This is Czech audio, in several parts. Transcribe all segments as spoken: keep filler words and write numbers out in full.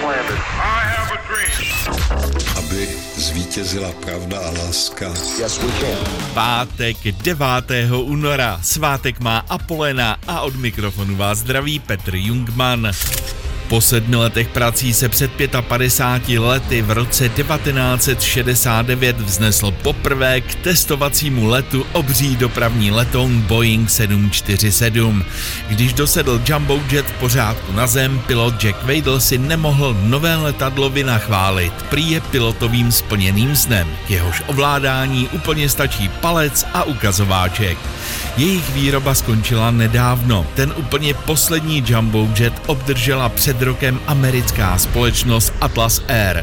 Aby zvítězila pravda a láska. Yes, we can. Pátek devátého února. Svátek má Apolena a od mikrofonu vás zdraví Petr Jungmann. Po sedmi letech prací se před padesát pěti lety v roce devatenáct set šedesát devět vznesl poprvé k testovacímu letu obří dopravní letoun Boeing sedm čtyřicet sedm. Když dosedl jumbo jet v pořádku na zem, pilot Jack Weidl si nemohl nové letadlo vynachválit. Prý je pilotovým splněným snem, k jehož ovládání úplně stačí palec a ukazováček. Jejich výroba skončila nedávno. Ten úplně poslední jumbo jet obdržela před rokem americká společnost Atlas Air.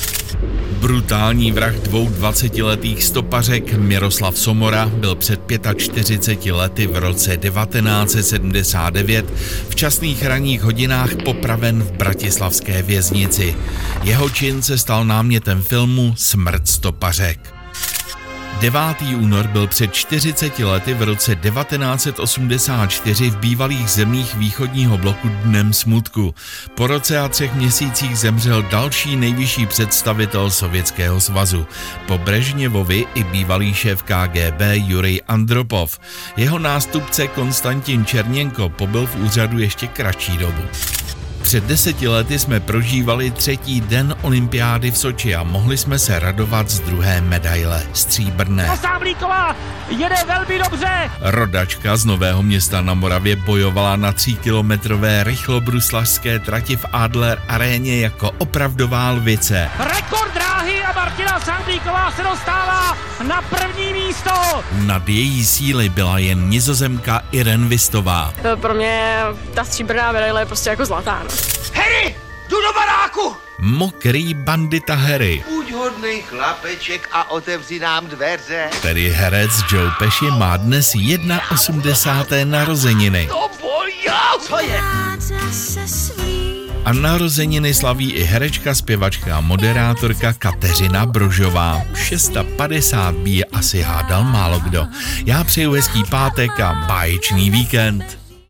Brutální vrah dvou dvacetiletých stopařek Miroslav Somora byl před čtyřiceti pěti lety v roce devatenáct set sedmdesát devět v časných ranních hodinách popraven v bratislavské věznici. Jeho čin se stal námětem filmu Smrt stopařek. devátého února byl před čtyřiceti lety v roce devatenáct set osmdesát čtyři v bývalých zemích východního bloku dnem smutku. Po roce a třech měsících zemřel další nejvyšší představitel Sovětského svazu. Po Brežněvovi i bývalý šéf K G B Jurij Andropov. Jeho nástupce Konstantin Černěnko pobyl v úřadu ještě kratší dobu. Před deseti lety jsme prožívali třetí den olympiády v Soči a mohli jsme se radovat z druhé medaile, stříbrné. Sáblíková jede velmi dobře! Rodačka z Nového Města na Moravě bojovala na tříkilometrové rychlobruslařské trati v Adler aréně jako opravdová lvice. Rekord dráhy a Martina Sáblíková se dostává na první místo! Nad její síly byla jen Nizozemka Irene Wistová. Pro mě ta stříbrná medaile je prostě jako zlatá. No. Harry, jdu do baráku! Mokrý bandita Harry. Buď hodnej chlapeček a otevři nám dveře. Tedy herec Joe Pesci má dnes osmdesáté jedna narozeniny. To bolí, co je? A narozeniny slaví i herečka, zpěvačka a moderátorka Kateřina Brožová. padesát šest by je asi hádal málo kdo. Já přeju hezký pátek a báječný víkend.